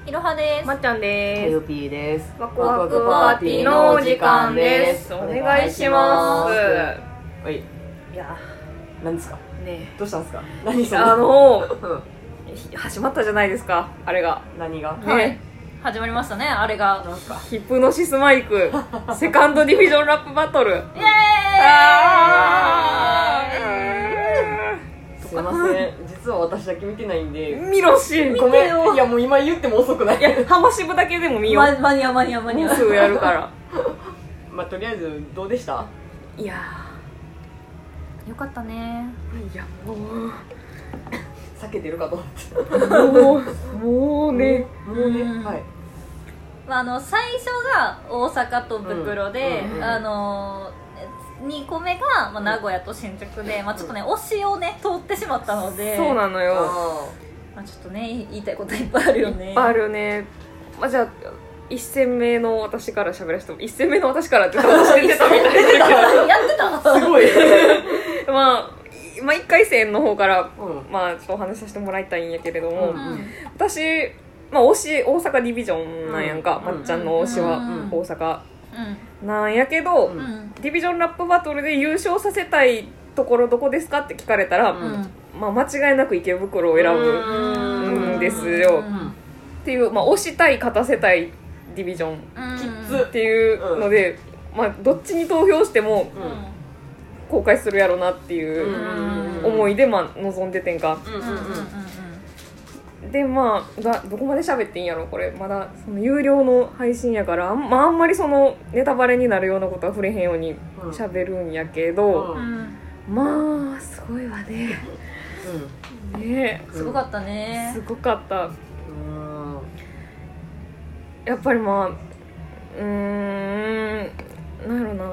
いろはです。 まっちゃんでゆぴーです。 ワクワクパーティーのお時間です。お願いします。 はい。 いや何ですか。 ねどうしたんですか。何それ。 始まったじゃないですか、あれが。 何が。 はいね、 始まりましたね、あれが。 なんすか。 ヒプノシスマイクセカンドディビジョンラップバトル。 イエーイ。 すいません、実は私だけ見てないんで。 見ろし。 ごめん。いやもう今言っても遅くない。 いや、浜渋だけでも見よう。 間に合う。 もうすぐやるから。 まあとりあえずどうでした。 いやよかったね。 いやも避けてるかと思って。 うね。 もうね。はい。 最初が大阪と袋で、2個目が、名古屋と新宿で、ちょっとね推しをね通ってしまったので、 そうなのよ。 ちょっとね言いたいこといっぱいあるよね。 いっぱいあるよね。じゃあ1戦目の私から喋らせても、1戦目の私からって話してたみたいだけどやってた。 すごい。 まあ1回戦の方から、 うんちょっとお話しさせてもらいたいんやけれども、私、推し大阪ディビジョンなんやんか、まっちゃんの推しは大阪なんやけど、ディビジョンラップバトルで優勝させたいところどこですかって聞かれたら、間違いなく池袋を選ぶんですよ。っていう、推したい勝たせたいディビジョンっていうので、どっちに投票しても公開するやろなっていう思いで臨んでてんか。でどこまで喋っていいんやろこれ。まだその有料の配信やからあんまりそのネタバレになるようなことは触れへんように喋るんやけど、すごいわね。ね、 すごかったね。 すごかった。やっぱりなんやろな、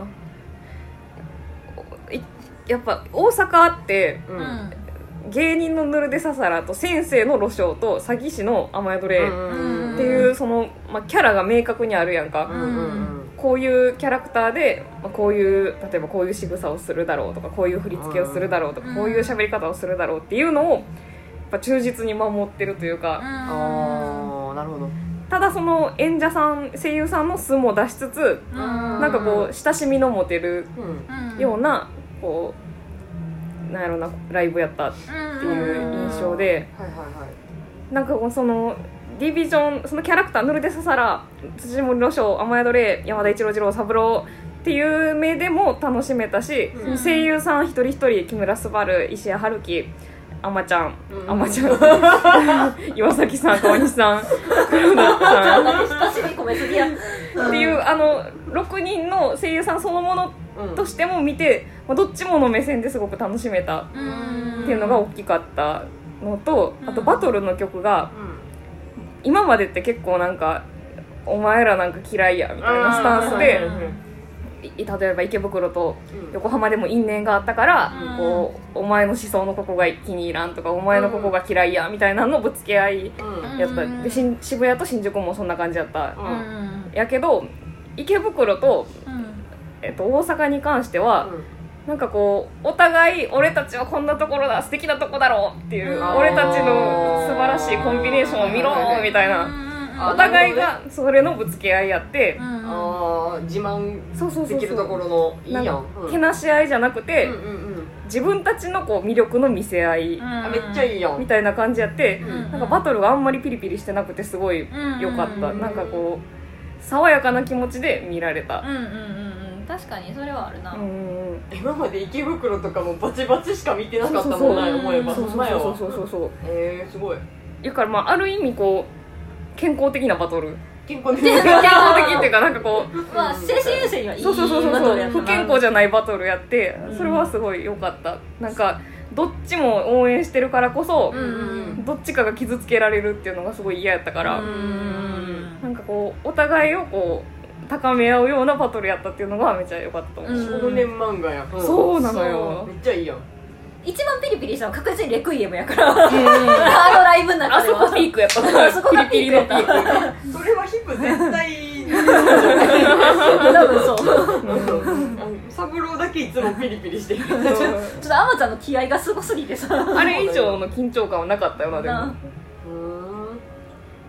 やっぱ大阪って芸人のヌルデササラと先生のロショウと詐欺師の雨宿れっていうその、キャラが明確にあるやんか。こういうキャラクターで、こういう例えばこういう仕草をするだろうとか、こういう振り付けをするだろうとか、こういう喋り方をするだろうっていうのをやっぱ忠実に守ってるというか。 なるほど。 ただその演者さん声優さんの素も出しつつ、なんかこう親しみの持てるようなこうなんやろなライブやったっていう印象で、なんかそのディビジョンそのキャラクターヌルデササラ、辻森ロショウ、雨宿れ、山田一郎次郎、三郎っていう目でも楽しめたし、声優さん一人一人、木村昴、石谷春樹、あまちゃん、岩崎さん、川西さん、黒田さん親しみ込めすぎやっていう6人の声優さんそのものとしても見て、どっちもの目線ですごく楽しめたっていうのが大きかったのと、あとバトルの曲が今までって結構なんかお前らなんか嫌いやみたいなスタンスで、例えば池袋と横浜でも因縁があったから、こうお前の思想のここが気に入らんとか、お前のここが嫌いやみたいなのぶつけ合いやったで、渋谷と新宿もそんな感じやったやけど、池袋と、大阪に関しては、なんかこうお互い俺たちはこんなところだ、素敵なとこだろうっていう、俺たちの素晴らしいコンビネーションを見ろみたいな、お互いがそれのぶつけ合いやって、 自慢できるところのいいやん。 けなし合いじゃなくて、自分たちのこう魅力の見せ合いめっちゃいいやんみたいな感じやって、なんかバトルがあんまりピリピリしてなくてすごい良かった。なんかこう爽やかな気持ちで見られた。 確かにそれはあるな。 今まで池袋とかもバチバチしか見てなかったもんな、思えば。 そうすごい。 だからある意味こう健康的なバトル。 健康的っていうか、なんかこう精神衛生にはいいバトルやったな。 不健康じゃないバトルやって、それはすごい良かった。なんかどっちも応援してるからこそ、どっちかが傷つけられるっていうのがすごい嫌やったから、なんかこうお互いをこう高め合うようなバトルやったっていうのがめっちゃ良かったと思う。 少年漫画や。 そうなのよ。 めっちゃいいやん。 一番ピリピリしたのは確実にレクイエムやからライブの中ではあそこピークやったな。 あそこがピークやった。 それはヒップ絶対多分そう三郎だけいつもピリピリしてる。ちょっとアマちゃんの気合がすごすぎてさ、 あれ以上の緊張感はなかったよな。でも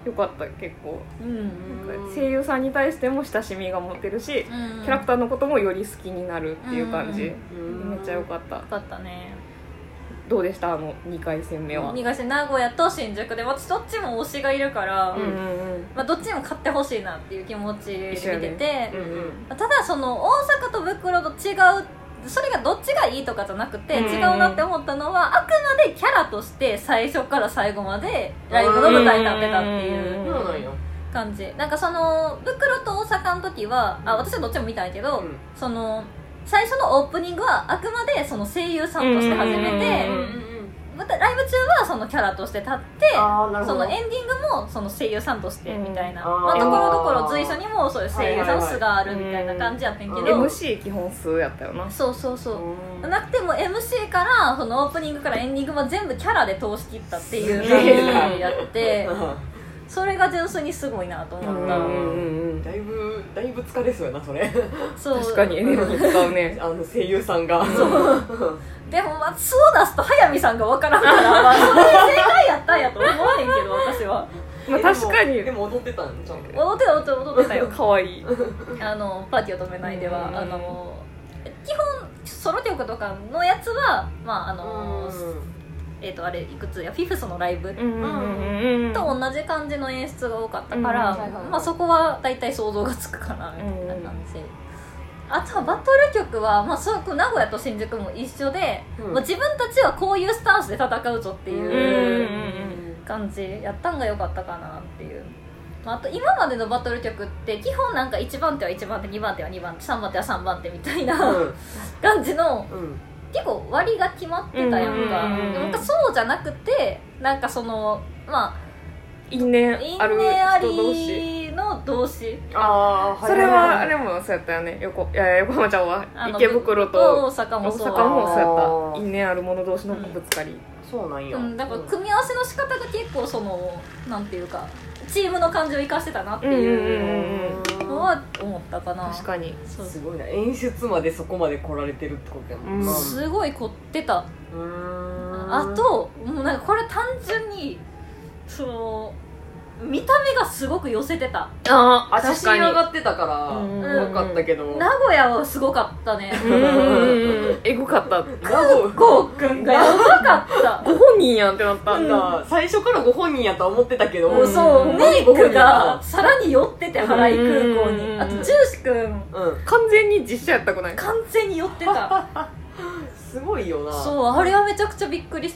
よかった結構、 うん声優さんに対しても親しみが持てるし、 うんキャラクターのこともより好きになるっていう感じ、 うんめっちゃよかった。 よかったね。 どうでした2回戦目は。 東名古屋と新宿で、私どっちも推しがいるから、 うんうんまあ、どっちも買ってほしいなっていう気持ちで見てて、 うんただその大阪と袋と違う、それがどっちがいいとかじゃなくて、 うん違うなって思ったのは、あくまでキャラとして最初から最後までライブの舞台に立ってたっていうそうなんよ。 感じ。なんかその袋と大阪の時は、私はどっちも見たんやけど、 うんその最初のオープニングはあくまでその声優さんとして始めて、またライブ中はそのキャラとして立ってあーなるほどそのエンディングもその声優さんとしてみたいな、 うんまあ、ところどころあー随所にもそういう声優さんの素があるみたいな感じやってんけど、 うん MC 基本数やったよな。 そうそうそう、 うんなくても MC からそのオープニングからエンディングは全部キャラで通し切ったっていうす感げえなじでやってそれが純粋にすごいなと思った、 だいぶ疲れそうやなそれ。 そう確かにエネルギー使うね。 声優さんが。 でも、まあ、素を出すと速水さんが分からんから、まあ、それで正解やったんやと思わへんけど私はまあ確かにでも踊ってたんちゃう踊ってた踊ってたよかわいい。 パーティーを止めないでは、基本ソロ曲とかのやつはまああれいくつやフィフスのライブと同じ感じの演出が多かったから、まあ、そこは大体想像がつくかなみたいな感じ、あとはバトル曲は、まあ、そう名古屋と新宿も一緒で、まあ、自分たちはこういうスタンスで戦うぞっていう感じやったんが良かったかなっていう、まあ、あと今までのバトル曲って基本なんか1番手は1番手2番手は2番手3番手は3番手みたいな感じの結構割が決まってたやんか、でもなんかそうじゃなくてなんかそのまあ因縁あるあ人同士。 りの同士それはあれもそうやったよね。横浜ちゃんは池袋と大阪もそう大阪もそうやった。因縁ある者同士のぶつかり。 そうなんや。 だから組み合わせの仕方が結構そのなんていうかチームの感じを生かしてたなっていうのは思ったかな。 確かに。 すごいな、演出までそこまで来られてるってことやもんな。 すごい凝ってた。あともうなんかこれ単純にその見た目がすごく寄せてた。 写真上がってたから分かったけど、 名古屋はすごかったね。 エグかった。 ゴーくんがやばかった。 ご本人やんってなった。 最初からご本人やとは思ってたけど、 そうメイクがさらに寄ってて原井空港に。あとジューシくん完全に実写やったくない？ 完全に寄ってた。 すごいよな。 そうあれはめちゃくちゃびっくりした。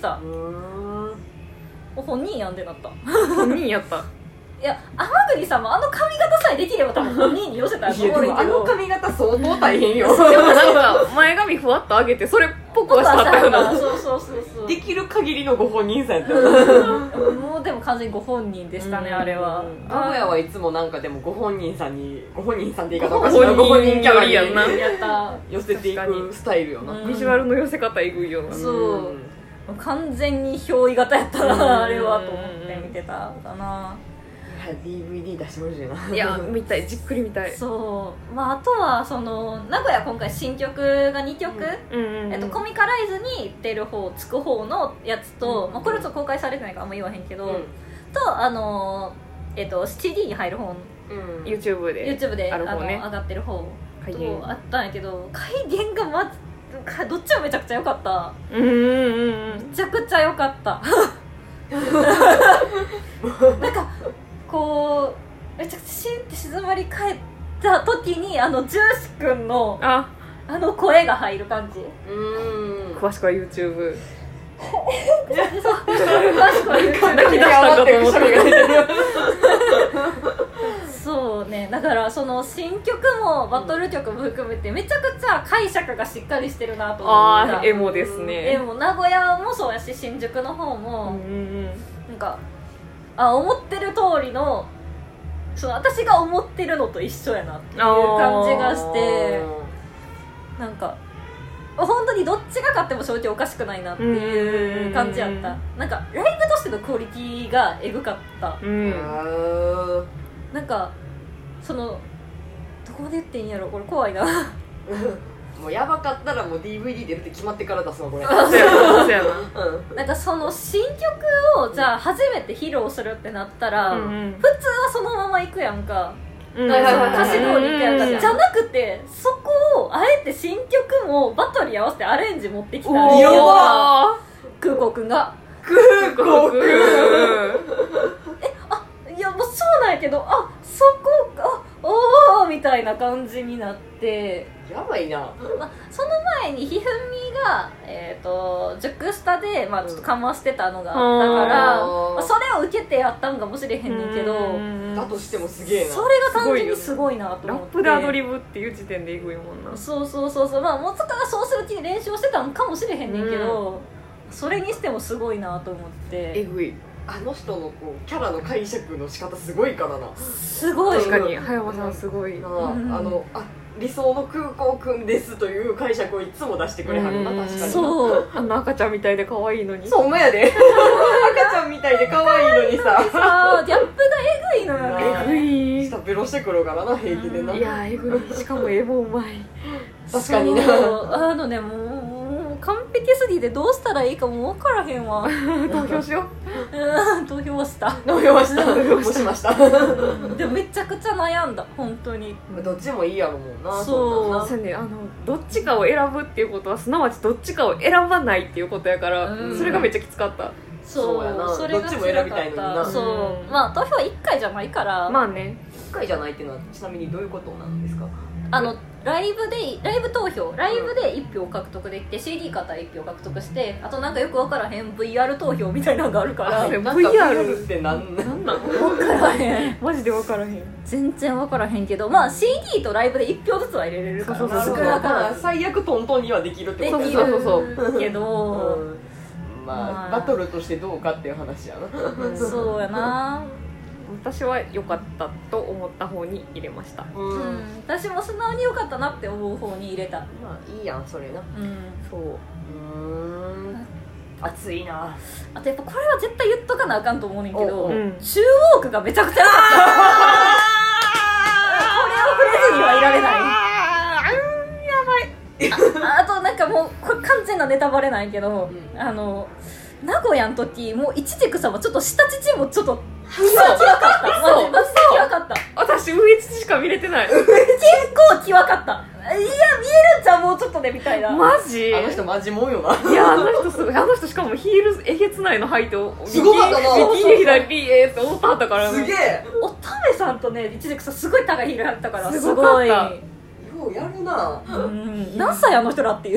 本人やんってなった。 本人やった。 いや天国さんもあの髪型さえできれば多分本人に寄せたらと思うけど、 あの髪型相当大変よ。 でもなんか前髪ふわっと上げてそれっぽくはしたったよな。 そうできる限りのご本人さんやったもうでも完全にご本人でしたね、あれは。 名古屋はいつもなんかでもご本人さんって言い方おごかしいな、ご本人キャラにやんな。 やった寄せていくスタイルよな。 ビジュアルの寄せ方えぐいよな。 そう完全に憑依型やったな、あれはと思って見てたかな。 DVD 出してほしいな。 いや見たい、じっくり見たい。 そうまああとはその名古屋今回新曲が2曲、コミカライズに出る方つく方のやつと、まあ、これちょっと公開されてないからあんま言わへんけど、とCD に入る方、 YouTube で上ある方ね、 がってる方と改元あったんやけど、改元がどっちもめちゃくちゃ良かった。めちゃくちゃ良かったなんかこうめちゃくちゃシンって静まり返った時にジューシ君の声が入る感じ。 詳しくは YouTube。 詳しくは YouTube 泣き出したかと思ってそうね、だからその新曲もバトル曲も含めてめちゃくちゃ解釈がしっかりしてるなと思った。 エモですね。 エモ、名古屋もそうやし新宿の方もなんか思ってる通りの私が思ってるのと一緒やなっていう感じがして、なんか本当にどっちが勝っても正直おかしくないなっていう感じやった。なんかライブとしてのクオリティがエグかった。なんかどこまで言っていいんやろ、これ怖いなもうやばかったらもう DVD 出るって決まってから出すわこれ。 そうやなそうやななんかその新曲をじゃあ初めて披露するってなったら、 うんうん、 普通はそのまま行くやんか、 うん、 歌詞通り行くやんか、 うん、 じゃなくてそこをあえて新曲もバトルに合わせてアレンジ持ってきたんおーよ、 やば空港くんが。 空港くんいやもうそうなんやけど、あそこおーみたいな感じになって、 やばいな。 まあ、その前にひふみが、塾スタで、まあ、ちょっとかましてたのがあったから、まあ、それを受けてやったんかもしれへんねんけど、 だとしてもすげえな。 それが単純にすごいなとラッ思って。 プでアドリブっていう時点でエグいもんな。 そう、まあもつかがそうする気に練習をしてたのかもしれへんねんけど、それにしてもすごいなと思って。 えぐい。あの人のこうキャラの解釈の仕方すごいからな。 すごい。 確かに葉山さんすごいな、 理想の空港くんですという解釈をいつも出してくれはるな。確かにそうあの赤ちゃんみたいで可愛いのに。 そう、お前やで赤ちゃんみたいで可愛いのにささギャップがえぐいのよね。 えぐい。 下ベロしてくるからな、平気でな。 いやえぐい。しかも絵もうまい。 確かにな。 ねもう完璧すぎてどうしたらいいかもう分からへんわ。 投票しよう投票はした。 投票はした。投票もしましたでもめちゃくちゃ悩んだ本当に。 どっちもいいやろもんな。 そうそうね、どっちかを選ぶっていうことはすなわちどっちかを選ばないっていうことやから、それがめっちゃきつかった。 そうやな。 それがどっちも選びたいのにな。 そうまあ投票は1回じゃないから。 まあね、 1回じゃないっていうのはちなみにどういうことなんですか？ ライブ投票、ライブで1票獲得できて CD 買ったら1票獲得して、あとなんかよく分からへん VR 投票みたいなのがあるから。 なんか VR ってなんなんなの？ 分からへん。 マジで分からへん。 全然分からへんけど、まあ CD とライブで1票ずつは入れれるから。 そう少なからず最悪トントンにはできるってことできやな。 るけど、 まあバトルとしてどうかっていう話やな。 そうやな。 私は良かったと思った方に入れました。 私も素直に良かったなって思う方に入れた。 まあいいやんそれな。 そう熱いな。 あとやっぱこれは絶対言っとかなあかんと思うねんけど、中央区がめちゃくちゃ良かった。これを触れずにはいられない。あとなんかもうこれ完全なネタバレないけど、名古屋の時もういちじくさんはちょっと下乳もちょっとキワかった。マジでキワかった。 私上乳しか見れてない。 結構キワかった。いや見えるんちゃうもうちょっとねみたいな。 マジ？ あの人マジもんよな。 いやあの人すごい。あの人しかもヒールえげつないの履いてすごかったな。 ビキニ左って思ったはったから。 すげえ。 おためさんとねいちじくさんすごい高いヒール履いたからすごい。 ようやるな。 何歳あの人らっていう。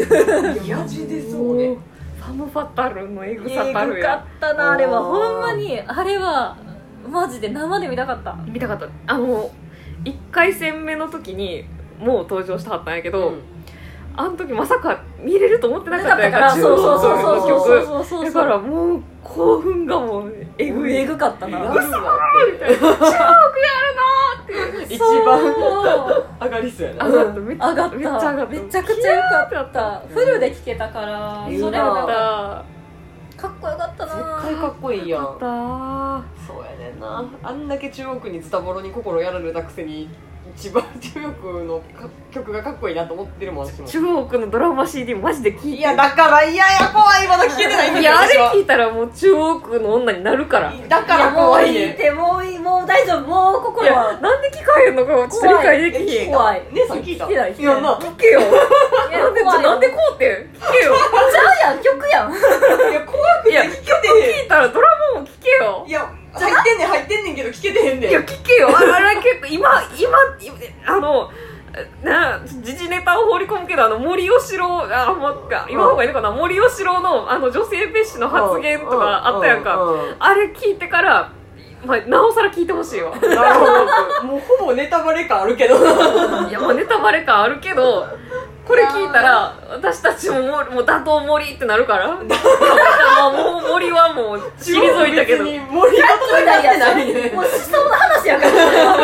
マジでそうね。 ファムファタルのエグさたるや。 エグかったなあれは。ほんまにあれはマジで生で見たかった。 見たかった。1回戦目の時にもう登場してはったんやけど、あの時まさか見れると思ってなかったやんか。そうだからもう興奮がもうエグかったな。 うそーみたいな。超奥やるなーって一番上がりそうやな。 上がった。めちゃくちゃめっちゃ上がった。 めちゃくちゃ良かった。フルで聴けたからそれはかっこよかったな。 絶対かっこいいやん。 そうやねんな。あんだけ中国にズタボロに心やられたくせに一番中国の曲がかっこいいなと思ってるもん。私も中国のドラマ CD マジで聴いて。 いやだから嫌や怖い。まだ聴けてないんだけど。 いやあれ聴いたらもう中国の女になるから。 だから怖いね。 もういいもう大丈夫。もう心はなんで聞かへんのかちょっと理解できへん。 怖い。 姉さん聞いた？いやな聞けよ。なんでこうって聞けよ。 ちゃうやん曲やん。 いや怖くて聞けてへん。 聞いたらドラマも聞けよ。 いや入ってんねんけど聞けてへんねん。 いや聞けよ。あれ結構今時事ネタを放り込むけど森喜朗今方がいいのかな。森喜朗の女性蔑視の発言とかあったやんか。あれ聞いてからなおさら聞いてほしいわ。 なるほど。もうほぼネタバレ感あるけど。 いやネタバレ感あるけどこれ聞いたら私たちも打倒森ってなるから。もう森はもう退いたけど。 森は止めないやないね。 もう思想の話やから。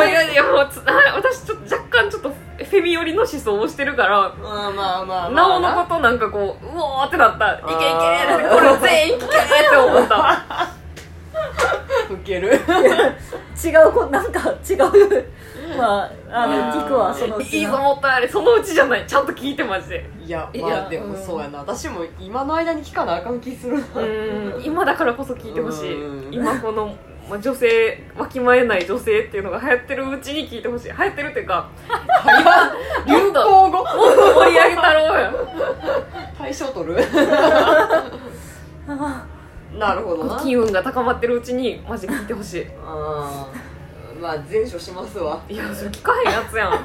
いやもう私ちょっと若干ちょっとフェミ寄りの思想をしてるから。なおのことなんかこうおーってなった。いけいけこれ全員聞けって思った。 ウケる。 違うなんか違う。聞くわそのうち。 いいぞもったいそのうちじゃない。ちゃんと聞いてマジで。 いやまあでもそうやな、私も今の間に聞かなあかん気するな。 今だからこそ聞いてほしい。今この女性、わきまえない女性っていうのが流行ってるうちに聞いてほしい。流行ってるっていうか流行語もっと盛り上げたろうや。 対象取るなるほどな。 機運が高まってるうちにマジ聞いてほしい。 まあ前処しますわ。 いやそれ聞かへんやつやん。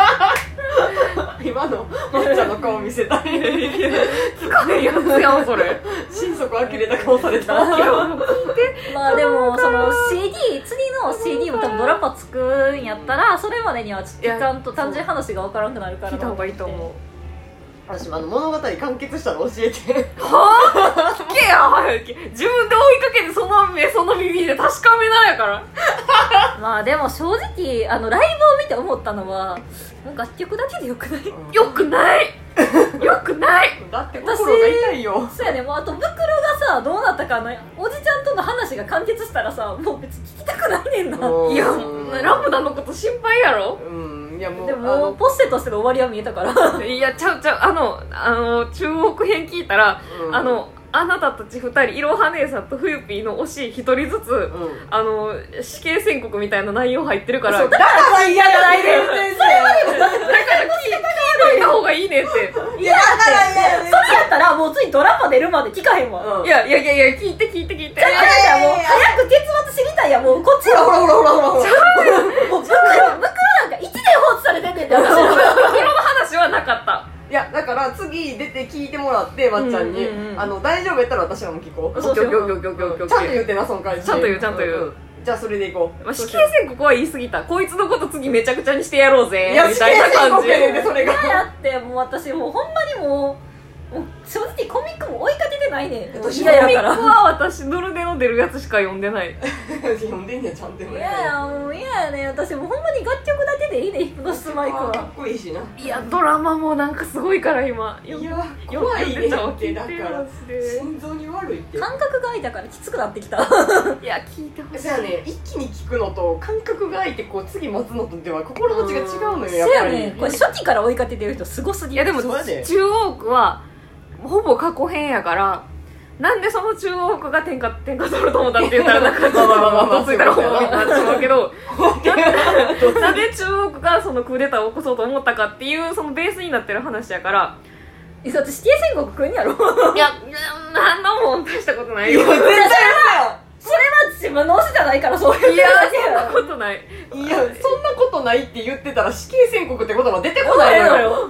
今のまっちゃんの顔見せたい。 聞かへんやつやんそれ。 心底呆れた顔された。 まあでもその CD 次の CD も多分ドラパつくんやったらそれまでにはちゃんと単純話が分からなくなるから聞いた方がいいと思う。 私物語完結したら教えて。 はぁ聞けや早く。自分で追いかけてその目その耳で確かめなやから。 まあでも正直ライブを見て思ったのはもう楽曲だけでよくない？ よくないよくない。 だって心が痛いよ。 そうやね。もうあと袋がさどうなったかおじちゃんとの話が完結したらさもう別に聞きたくないねんな。 いやラムダのこと心配やろ。 いやもうでもポッセとしての終わりは見えたからいやちゃう中国編聞いたら、あなたたち2人いろは姉さんと冬ピーの推し1人ずつ、死刑宣告みたいな内容入ってるから、 だから嫌じゃないねん。それまでだから聞いといた方がいいねって。 いやだからそれやったらもうついドラマ出るまで聞かへんわ。 いや聞いてじゃあもう早く結末知りたいや。もうこっちほらもう袋なんか1年放置されてんねんって私袋の話はなかった。 いやだから次出て聞いてもらってまっちゃんに大丈夫やったら私らも聞こう。 そうしよう。 ちゃんと言ってなその感じ。 ちゃんと言う。 じゃあそれでいこう。 死刑宣告は言い過ぎた。こいつのこと次めちゃくちゃにしてやろうぜいやみたいな感じでそれが嫌やってもう私もうほんまにもう正直コミックも追いかけてないねん。 私嫌やからコミックは私ノルデの出るやつしか読んでない。 読んでんねんちゃんと。 嫌やもう嫌やねん。私もうほんまに楽曲だけでいいね。ヒプノシスマイクはかっこいいしな。 いやドラマもなんかすごいから今。 いや怖いねってだからで心臓に悪いって。 感覚が空いたからきつくなってきた。 いや聞いてほしい。 そうやね、一気に聞くのと感覚が空いてこう次待つのとでは心持ちが違うのよやっぱり。 そうやねん。これ初期から追いかけてる人すごすぎる。 いやでもそうやで中央区はほぼ過去編やから、なんでその中央区が天下取ると思ったって言ったらなんかちょっとついたらほぼみたいになってしまうけどなんで中央区がそのクーデターを起こそうと思ったかっていうそのベースになってる話やから。 だって指定宣告くんやろ。 いや何のも大したことないよ。 絶対それは自分の推しじゃないからそういう。 いやそんなことない。 いやそんなことないって言ってたら死刑宣告って言葉出てこないのよ。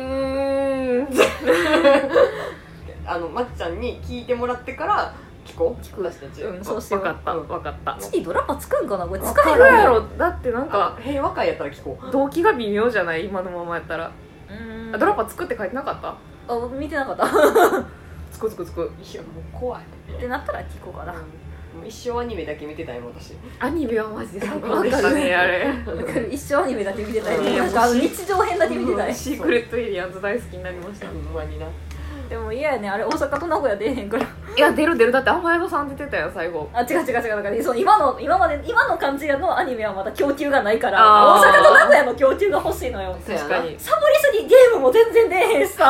まっちゃんに聞いてもらってから聞こう。私たち。 そうしよう。 分かった。 次ドラマつくんかな。これ使使えるえるやろ。だってなんか平和会やったら聞こう。 動機が微妙じゃない今のままやったら。ドラパ作って書いてなかった？ あ見てなかった。 つく。 いやもう怖いってなったら聞こうかな。 もう一生アニメだけ見てたよ私。 アニメはマジで最高でしたねあれ。 一生アニメだけ見てたいね。なんか日常編だけ見てたい。 シークレットエリアンズ大好きになりました。 ほんまにな。 でも嫌やね。あれ大阪と名古屋出えへんから。 いや出るだって甘宿さん出てたよ最後。 あ違うだからそう今の感じのアニメはまだ供給がないからあー大阪と名古屋の供給が欲しいのよ。 確かに。 サボりすぎ。ゲームも全然出えへんしさ。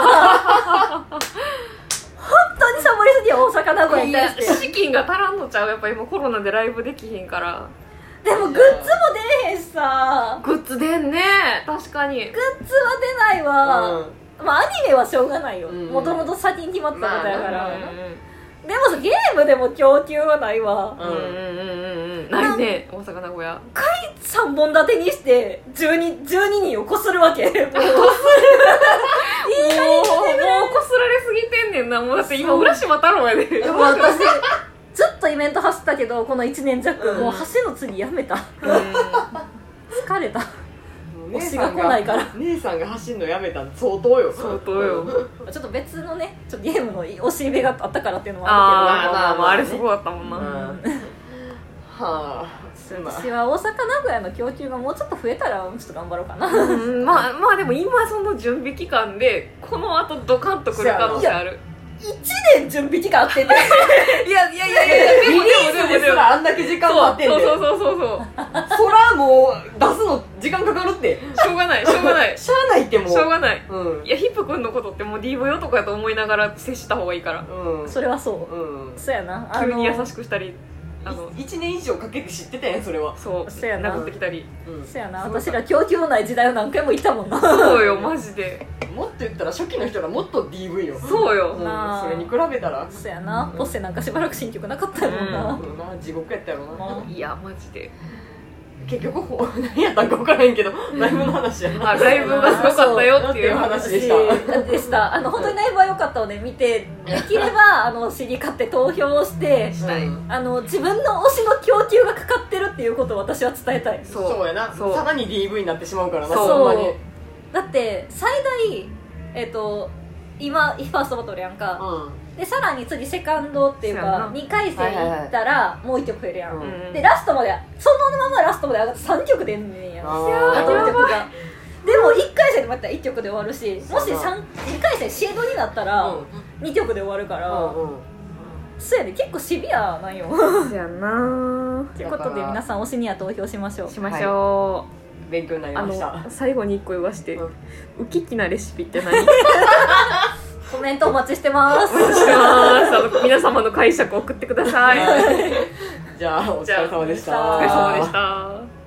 本当にサボりすぎよ大阪名古屋に対して。 資金が足らんのちゃう。やっぱ今コロナでライブできひんから。 でもグッズも出えへんしさ。 グッズ出んね確かに。 グッズは出ないわ。まあアニメはしょうがないよ。 うんもともと先に決まったことやから。 うんでもさゲームでも供給はないわ。 ないね大阪名古屋。 3本立てにして12人をこするわけ。もうもうこすられすぎてんねんな。もうだって今浦島太郎やで。 でも私ずっとイベント走ったけどこの1年弱、もう走るの次やめた。疲れた。推しが来ないから。 姉さんが走るのやめたの相当よ。 相当よ。 ちょっと別のねちょっとゲームの推しイベがあったからっていうのもあああれすごかったもんな。 はあ。 るけど、私は大阪名古屋の供給がもうちょっと増えたらちょっと頑張ろうかな。 まあでも今その準備期間でこの後ドカンとくる可能性ある。 1年準備期間あってて。 いやリリースですらあんだけ時間待ってんで。 そうそらもう出すの時間かかるって。 しょうがないしゃあなないってもうしょうがない、 うん、 いやヒップ君のことってもう DV 男やと思いながら接した方がいいから、 うん、 それはそう、 うん、 そうやな、 急に優しくしたり 1年以上かけて知ってたやんそれは。 そうやな、 殴ってきたり、 そうやな、私ら供給のない時代を何回も言ったもんな。 そうよマジで。 もっと言ったら初期の人らもっと DV よ。 そうよ、 それに比べたらそうやな、ポッセなんかしばらく新曲なかったやもんな、 地獄やったやろな。 いやマジで結局何やったんか分からへんけどライブの話やな。 ライブがすごかったよっていう話でした。 本当にライブは良かったので見て、できればCD 買って投票をして自分の推しの供給がかかってるっていうことを私は伝えたい。 そうやな、さらに DV になってしまうからな。 そうだって最大今ファーストバトルやんか、でさらに次セカンドっていうか2回戦行ったらもう1曲増えるやん、でラストまでそのままラストまで上がって3曲出んねんやん、バトル曲が。でも1回戦でまた1曲で終わるし、もし2回戦シェードになったら2曲で終わるから、そうやね、結構シビアなんよ。 そうやなということで皆さん推しには投票しましょう。 しましょう、勉強になりました。 最後に1個言わして、ウキキなレシピって何？ コメントお待ちしてます。 皆様の解釈を送ってください。 じゃあお疲れ様でした。 お疲れ様でした。